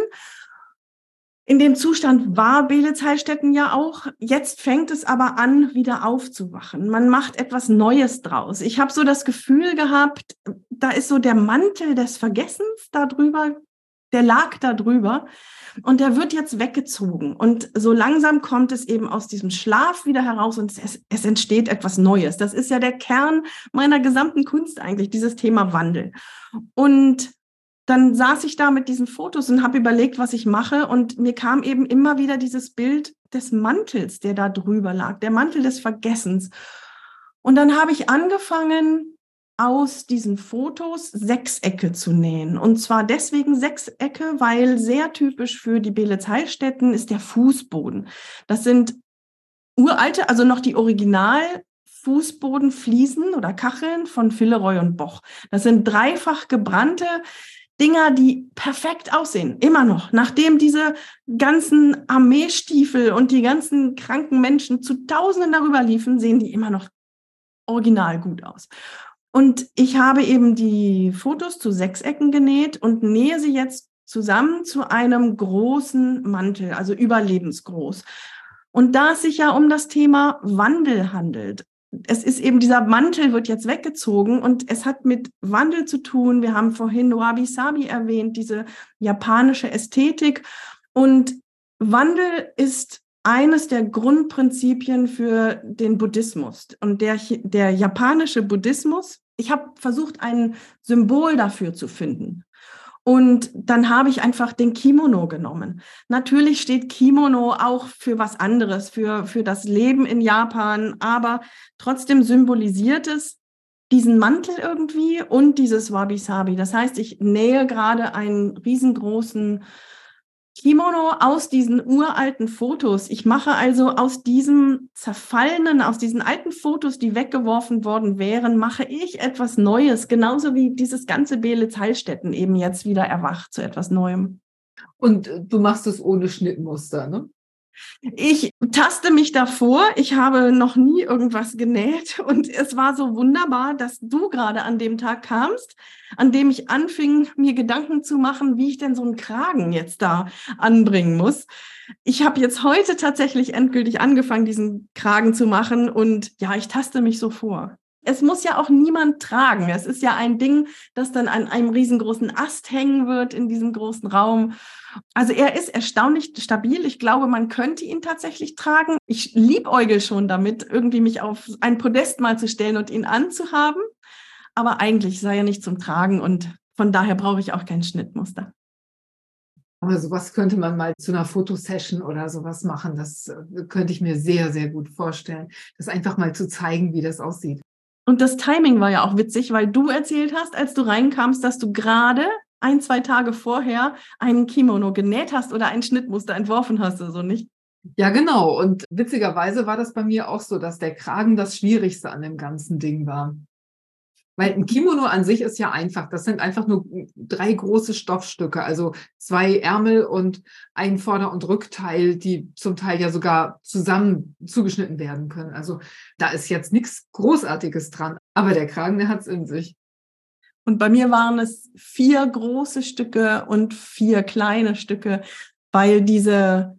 In dem Zustand war Beelitz-Heilstätten ja auch. Jetzt fängt es aber an, wieder aufzuwachen. Man macht etwas Neues draus. Ich habe so das Gefühl gehabt, da ist so der Mantel des Vergessens da drüber, der lag da drüber. Und der wird jetzt weggezogen. Und so langsam kommt es eben aus diesem Schlaf wieder heraus und es entsteht etwas Neues. Das ist ja der Kern meiner gesamten Kunst eigentlich, dieses Thema Wandel. Und dann saß ich da mit diesen Fotos und habe überlegt, was ich mache. Und mir kam eben immer wieder dieses Bild des Mantels, der da drüber lag, der Mantel des Vergessens. Und dann habe ich angefangen, aus diesen Fotos Sechsecke zu nähen. Und zwar deswegen Sechsecke, weil sehr typisch für die Beelitz-Heilstätten ist der Fußboden. Das sind uralte, also noch die Original-Fußbodenfliesen oder Kacheln von Villeroy und Boch. Das sind dreifach gebrannte Dinger, die perfekt aussehen, immer noch. Nachdem diese ganzen Armeestiefel und die ganzen kranken Menschen zu Tausenden darüber liefen, sehen die immer noch original gut aus. Und ich habe eben die Fotos zu Sechsecken genäht und nähe sie jetzt zusammen zu einem großen Mantel, also überlebensgroß. Und da es sich ja um das Thema Wandel handelt, es ist eben, dieser Mantel wird jetzt weggezogen und es hat mit Wandel zu tun. Wir haben vorhin Wabi-Sabi erwähnt, diese japanische Ästhetik. Und Wandel ist eines der Grundprinzipien für den Buddhismus. Und der japanische Buddhismus, ich habe versucht, ein Symbol dafür zu finden. Und dann habe ich einfach den Kimono genommen. Natürlich steht Kimono auch für was anderes, für das Leben in Japan, aber trotzdem symbolisiert es diesen Mantel irgendwie und dieses Wabi-Sabi. Das heißt, ich nähe gerade einen riesengroßen Kimono aus diesen uralten Fotos. Ich mache also aus diesem zerfallenen, aus diesen alten Fotos, die weggeworfen worden wären, mache ich etwas Neues, genauso wie dieses ganze Beelitz-Heilstätten eben jetzt wieder erwacht zu etwas Neuem. Und du machst es ohne Schnittmuster, ne? Ich taste mich davor. Ich habe noch nie irgendwas genäht und es war so wunderbar, dass du gerade an dem Tag kamst, an dem ich anfing, mir Gedanken zu machen, wie ich denn so einen Kragen jetzt da anbringen muss. Ich habe jetzt heute tatsächlich endgültig angefangen, diesen Kragen zu machen und ja, ich taste mich so vor. Es muss ja auch niemand tragen. Es ist ja ein Ding, das dann an einem riesengroßen Ast hängen wird in diesem großen Raum. Also er ist erstaunlich stabil. Ich glaube, man könnte ihn tatsächlich tragen. Ich liebäugel schon damit, irgendwie mich auf ein Podest mal zu stellen und ihn anzuhaben. Aber eigentlich sei er nicht zum Tragen und von daher brauche ich auch kein Schnittmuster. Aber sowas könnte man mal zu einer Fotosession oder sowas machen. Das könnte ich mir sehr, sehr gut vorstellen. Das einfach mal zu zeigen, wie das aussieht. Und das Timing war ja auch witzig, weil du erzählt hast, als du reinkamst, dass du gerade 1, 2 Tage vorher einen Kimono genäht hast oder ein Schnittmuster entworfen hast, also nicht? Ja, genau. Und witzigerweise war das bei mir auch so, dass der Kragen das Schwierigste an dem ganzen Ding war. Weil ein Kimono an sich ist ja einfach. Das sind einfach nur 3 große Stoffstücke, also 2 Ärmel und ein Vorder- und Rückteil, die zum Teil ja sogar zusammen zugeschnitten werden können. Also da ist jetzt nichts Großartiges dran. Aber der Kragen, der hat es in sich. Und bei mir waren es 4 große Stücke und 4 kleine Stücke, weil diese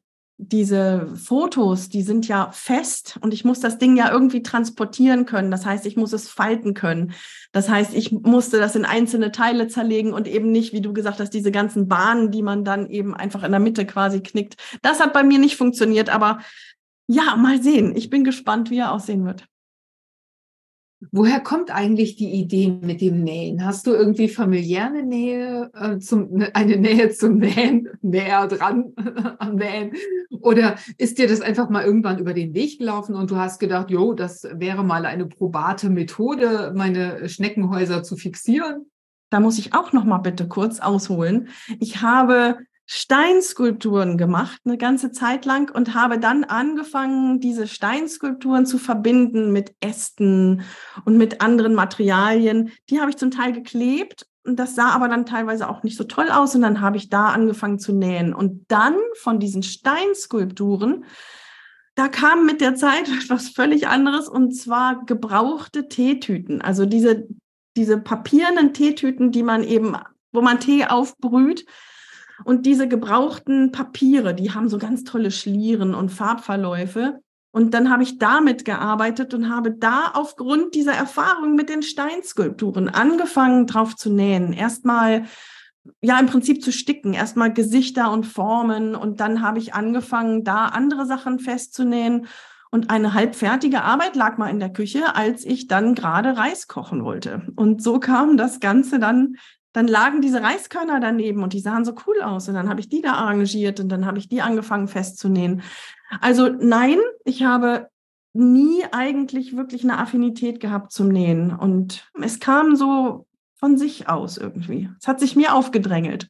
Fotos, die sind ja fest und ich muss das Ding ja irgendwie transportieren können. Das heißt, ich muss es falten können. Das heißt, ich musste das in einzelne Teile zerlegen und eben nicht, wie du gesagt hast, diese ganzen Bahnen, die man dann eben einfach in der Mitte quasi knickt. Das hat bei mir nicht funktioniert, aber ja, mal sehen. Ich bin gespannt, wie er aussehen wird. Woher kommt eigentlich die Idee mit dem Nähen? Hast du irgendwie familiär eine Nähe, eine Nähe zum Nähen, näher dran am Nähen? Oder ist dir das einfach mal irgendwann über den Weg gelaufen und du hast gedacht, jo, das wäre mal eine probate Methode, meine Schneckenhäuser zu fixieren? Da muss ich auch noch mal bitte kurz ausholen. Ich habe Steinskulpturen gemacht eine ganze Zeit lang und habe dann angefangen, diese Steinskulpturen zu verbinden mit Ästen und mit anderen Materialien. Die habe ich zum Teil geklebt und das sah aber dann teilweise auch nicht so toll aus und dann habe ich da angefangen zu nähen. Und dann von diesen Steinskulpturen, da kam mit der Zeit etwas völlig anderes und zwar gebrauchte Teetüten. Also diese papiernen Teetüten, die man eben, wo man Tee aufbrüht. Und diese gebrauchten Papiere, die haben so ganz tolle Schlieren und Farbverläufe. Und dann habe ich damit gearbeitet und habe da aufgrund dieser Erfahrung mit den Steinskulpturen angefangen, drauf zu nähen. Erstmal, ja, im Prinzip zu sticken. Erstmal Gesichter und Formen. Und dann habe ich angefangen, da andere Sachen festzunähen. Und eine halbfertige Arbeit lag mal in der Küche, als ich dann gerade Reis kochen wollte. Und so kam das Ganze dann lagen diese Reiskörner daneben und die sahen so cool aus. Und dann habe ich die da arrangiert und dann habe ich die angefangen festzunähen. Also nein, ich habe nie eigentlich wirklich eine Affinität gehabt zum Nähen. Und es kam so von sich aus irgendwie. Es hat sich mir aufgedrängelt.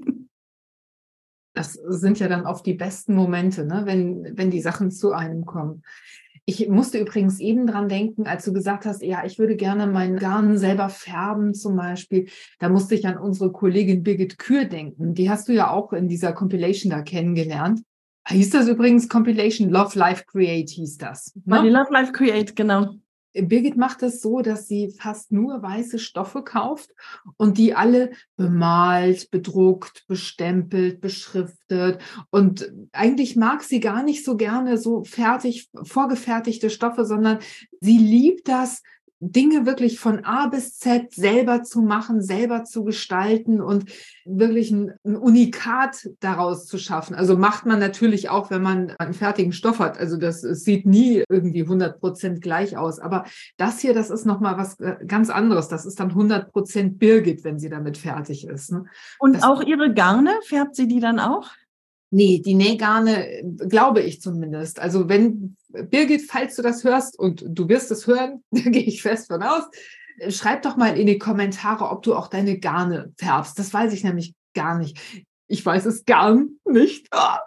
Das sind ja dann oft die besten Momente, ne? Wenn die Sachen zu einem kommen. Ich musste übrigens eben dran denken, als du gesagt hast, ja, ich würde gerne mein Garn selber färben zum Beispiel. Da musste ich an unsere Kollegin Birgit Kür denken. Die hast du ja auch in dieser Compilation da kennengelernt. Hieß das übrigens Compilation? Love, Life, Create hieß das. War die Ne? Love Life Create, genau. Birgit macht es so, dass sie fast nur weiße Stoffe kauft und die alle bemalt, bedruckt, bestempelt, beschriftet. Und eigentlich mag sie gar nicht so gerne so fertig, vorgefertigte Stoffe, sondern sie liebt das, Dinge wirklich von A bis Z selber zu machen, selber zu gestalten und wirklich ein Unikat daraus zu schaffen. Also macht man natürlich auch, wenn man einen fertigen Stoff hat. Also das sieht nie irgendwie 100% gleich aus. Aber das hier, das ist nochmal was ganz anderes. Das ist dann 100% Birgit, wenn sie damit fertig ist. Ne? Und Das auch ihre Garne, färbt sie die dann auch? Nee, die Nähgarne, glaube ich zumindest. Also wenn, Birgit, falls du das hörst und du wirst es hören, da gehe ich fest von aus, schreib doch mal in die Kommentare, ob du auch deine Garne färbst. Das weiß ich nämlich gar nicht. Ich weiß es gar nicht. Ah.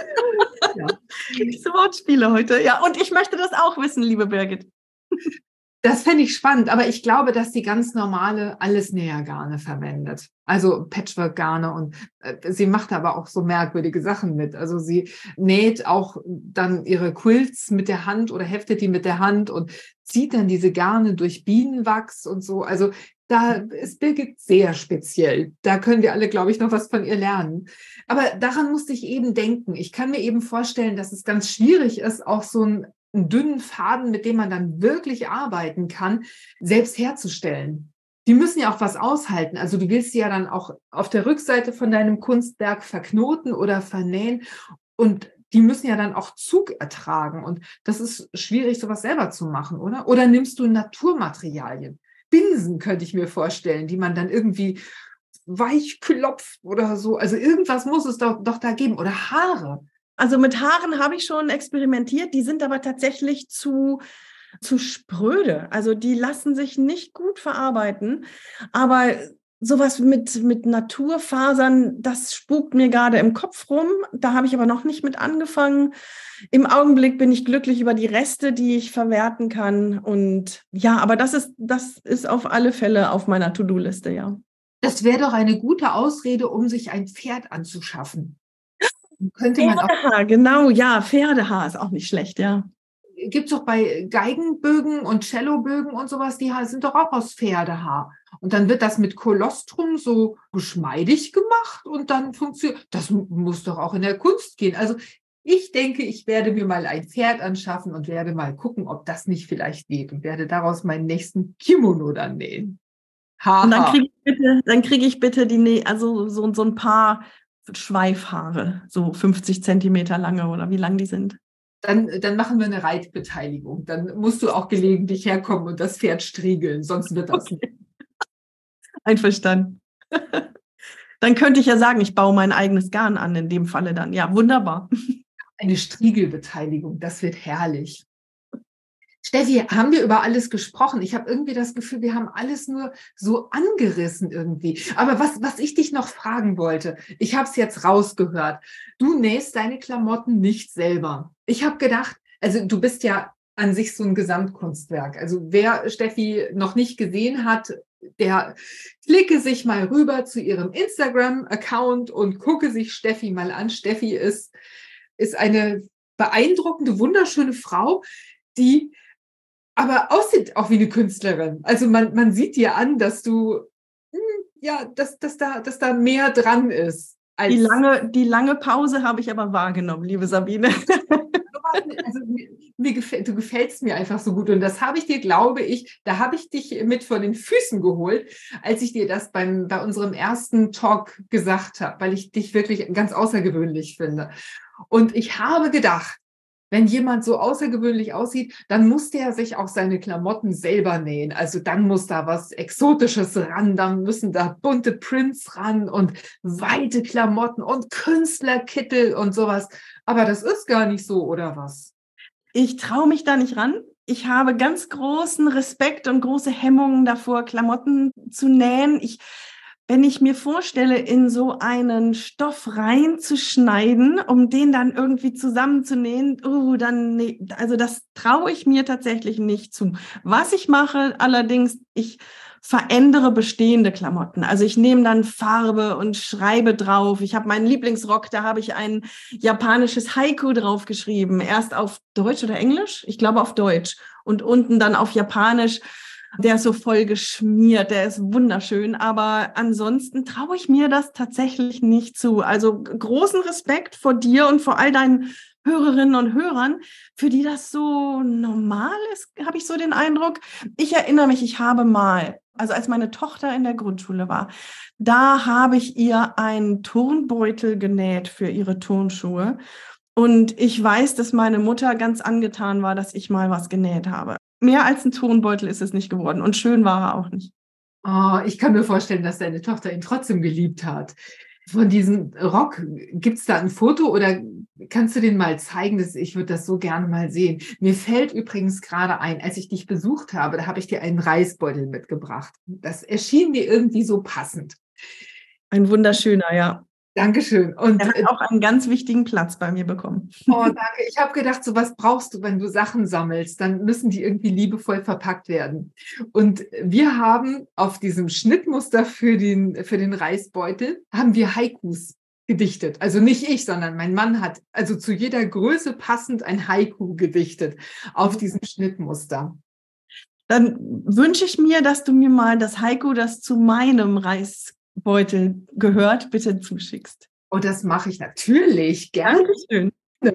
Ja. Diese Wortspiele heute. Ja, und ich möchte das auch wissen, liebe Birgit. Das fände ich spannend, aber ich glaube, dass die ganz normale Alles-Näher-Garne verwendet. Also Patchwork-Garne und sie macht aber auch so merkwürdige Sachen mit. Also sie näht auch dann ihre Quilts mit der Hand oder heftet die mit der Hand und zieht dann diese Garne durch Bienenwachs und so. Also da ist Birgit sehr speziell. Da können wir alle, glaube ich, noch was von ihr lernen. Aber daran musste ich eben denken. Ich kann mir eben vorstellen, dass es ganz schwierig ist, auch so einen dünnen Faden, mit dem man dann wirklich arbeiten kann, selbst herzustellen. Die müssen ja auch was aushalten. Also du willst sie ja dann auch auf der Rückseite von deinem Kunstwerk verknoten oder vernähen und die müssen ja dann auch Zug ertragen und das ist schwierig, sowas selber zu machen, oder? Oder nimmst du Naturmaterialien? Binsen könnte ich mir vorstellen, die man dann irgendwie weich klopft oder so. Also irgendwas muss es doch da geben. Oder Haare. Also mit Haaren habe ich schon experimentiert, die sind aber tatsächlich zu spröde. Also die lassen sich nicht gut verarbeiten. Aber sowas mit Naturfasern, das spukt mir gerade im Kopf rum. Da habe ich aber noch nicht mit angefangen. Im Augenblick bin ich glücklich über die Reste, die ich verwerten kann. Und ja, aber das ist auf alle Fälle auf meiner To-Do-Liste, ja. Das wäre doch eine gute Ausrede, um sich ein Pferd anzuschaffen. Könnte man auch. Pferdehaar, genau, ja, Pferdehaar ist auch nicht schlecht, ja. Gibt es doch bei Geigenbögen und Cellobögen und sowas, die sind doch auch aus Pferdehaar. Und dann wird das mit Kolostrum so geschmeidig gemacht und dann funktioniert. Das muss doch auch in der Kunst gehen. Also ich denke, ich werde mir mal ein Pferd anschaffen und werde mal gucken, ob das nicht vielleicht geht und werde daraus meinen nächsten Kimono dann nähen. Und dann Haha. kriege ich bitte also so ein paar Schweifhaare, so 50 Zentimeter lange oder wie lang die sind. Dann machen wir eine Reitbeteiligung. Dann musst du auch gelegentlich herkommen und das Pferd striegeln, sonst wird das nicht. Einverstanden. Dann könnte ich ja sagen, ich baue mein eigenes Garn an in dem Falle dann. Ja, wunderbar. Eine Striegelbeteiligung, das wird herrlich. Steffi, haben wir über alles gesprochen? Ich habe irgendwie das Gefühl, wir haben alles nur so angerissen irgendwie. Aber was ich dich noch fragen wollte, ich habe es jetzt rausgehört. Du nähst deine Klamotten nicht selber. Ich habe gedacht, also du bist ja an sich so ein Gesamtkunstwerk. Also wer Steffi noch nicht gesehen hat, der klicke sich mal rüber zu ihrem Instagram-Account und gucke sich Steffi mal an. Steffi ist eine beeindruckende, wunderschöne Frau, die aber aussieht auch wie eine Künstlerin. Also man sieht dir an, dass du, dass da mehr dran ist. Die lange Pause habe ich aber wahrgenommen, liebe Sabine. Also du gefällst mir einfach so gut. Und das habe ich dir, glaube ich, da habe ich dich mit vor den Füßen geholt, als ich dir das bei unserem ersten Talk gesagt habe, weil ich dich wirklich ganz außergewöhnlich finde. Und ich habe gedacht, wenn jemand so außergewöhnlich aussieht, dann muss der sich auch seine Klamotten selber nähen. Also dann muss da was Exotisches ran, dann müssen da bunte Prints ran und weite Klamotten und Künstlerkittel und sowas. Aber das ist gar nicht so, oder was? Ich traue mich da nicht ran. Ich habe ganz großen Respekt und große Hemmungen davor, Klamotten zu nähen. Wenn ich mir vorstelle, in so einen Stoff reinzuschneiden, um den dann irgendwie zusammenzunähen, also das traue ich mir tatsächlich nicht zu. Was ich mache allerdings, ich verändere bestehende Klamotten. Also ich nehme dann Farbe und schreibe drauf. Ich habe meinen Lieblingsrock, da habe ich ein japanisches Haiku draufgeschrieben. Erst auf Deutsch oder Englisch? Ich glaube auf Deutsch. Und unten dann auf Japanisch. Der ist so voll geschmiert, der ist wunderschön, aber ansonsten traue ich mir das tatsächlich nicht zu. Also großen Respekt vor dir und vor all deinen Hörerinnen und Hörern, für die das so normal ist, habe ich so den Eindruck. Ich erinnere mich, ich habe mal, also als meine Tochter in der Grundschule war, da habe ich ihr einen Turnbeutel genäht für ihre Turnschuhe. Und ich weiß, dass meine Mutter ganz angetan war, dass ich mal was genäht habe. Mehr als ein Turnbeutel ist es nicht geworden. Und schön war er auch nicht. Oh, ich kann mir vorstellen, dass deine Tochter ihn trotzdem geliebt hat. Von diesem Rock, gibt es da ein Foto oder kannst du den mal zeigen? Ich würde das so gerne mal sehen. Mir fällt übrigens gerade ein, als ich dich besucht habe, da habe ich dir einen Reisbeutel mitgebracht. Das erschien mir irgendwie so passend. Ein wunderschöner, ja. Dankeschön. Und er hat auch einen ganz wichtigen Platz bei mir bekommen. Oh, danke. Ich habe gedacht, so was brauchst du, wenn du Sachen sammelst. Dann müssen die irgendwie liebevoll verpackt werden. Und wir haben auf diesem Schnittmuster für den Reisbeutel, haben wir Haikus gedichtet. Also nicht ich, sondern mein Mann hat also zu jeder Größe passend ein Haiku gedichtet auf diesem Schnittmuster. Dann wünsche ich mir, dass du mir mal das Haiku, das zu meinem Reisbeutel gehört, bitte zuschickst. Oh, das mache ich natürlich gerne. Dankeschön.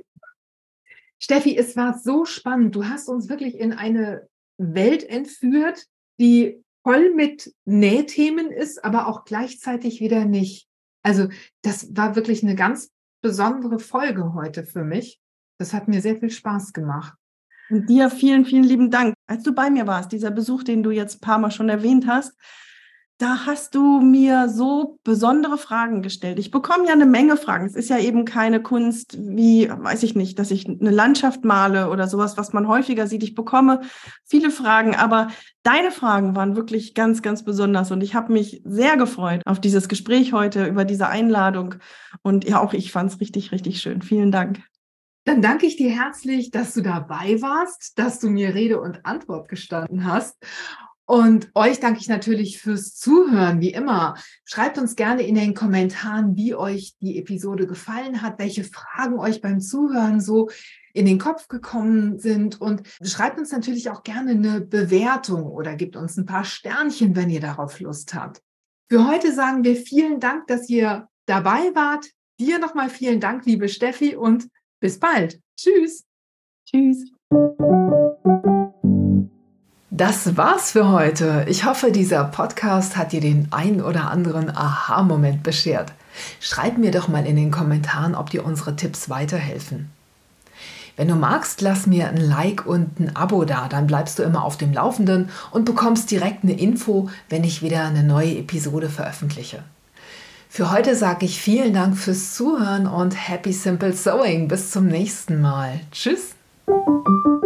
Steffi, es war so spannend. Du hast uns wirklich in eine Welt entführt, die voll mit Nähthemen ist, aber auch gleichzeitig wieder nicht. Also das war wirklich eine ganz besondere Folge heute für mich. Das hat mir sehr viel Spaß gemacht. Und dir vielen, vielen lieben Dank. Als du bei mir warst, dieser Besuch, den du jetzt ein paar Mal schon erwähnt hast, da hast du mir so besondere Fragen gestellt. Ich bekomme ja eine Menge Fragen. Es ist ja eben keine Kunst wie, weiß ich nicht, dass ich eine Landschaft male oder sowas, was man häufiger sieht. Ich bekomme viele Fragen, aber deine Fragen waren wirklich ganz, ganz besonders. Und ich habe mich sehr gefreut auf dieses Gespräch heute, über diese Einladung. Und ja, auch ich fand es richtig, richtig schön. Vielen Dank. Dann danke ich dir herzlich, dass du dabei warst, dass du mir Rede und Antwort gestanden hast. Und euch danke ich natürlich fürs Zuhören, wie immer. Schreibt uns gerne in den Kommentaren, wie euch die Episode gefallen hat, welche Fragen euch beim Zuhören so in den Kopf gekommen sind. Und schreibt uns natürlich auch gerne eine Bewertung oder gebt uns ein paar Sternchen, wenn ihr darauf Lust habt. Für heute sagen wir vielen Dank, dass ihr dabei wart. Dir nochmal vielen Dank, liebe Steffi, und bis bald. Tschüss. Tschüss. Das war's für heute. Ich hoffe, dieser Podcast hat dir den ein oder anderen Aha-Moment beschert. Schreib mir doch mal in den Kommentaren, ob dir unsere Tipps weiterhelfen. Wenn du magst, lass mir ein Like und ein Abo da, dann bleibst du immer auf dem Laufenden und bekommst direkt eine Info, wenn ich wieder eine neue Episode veröffentliche. Für heute sage ich vielen Dank fürs Zuhören und Happy Simple Sewing. Bis zum nächsten Mal. Tschüss!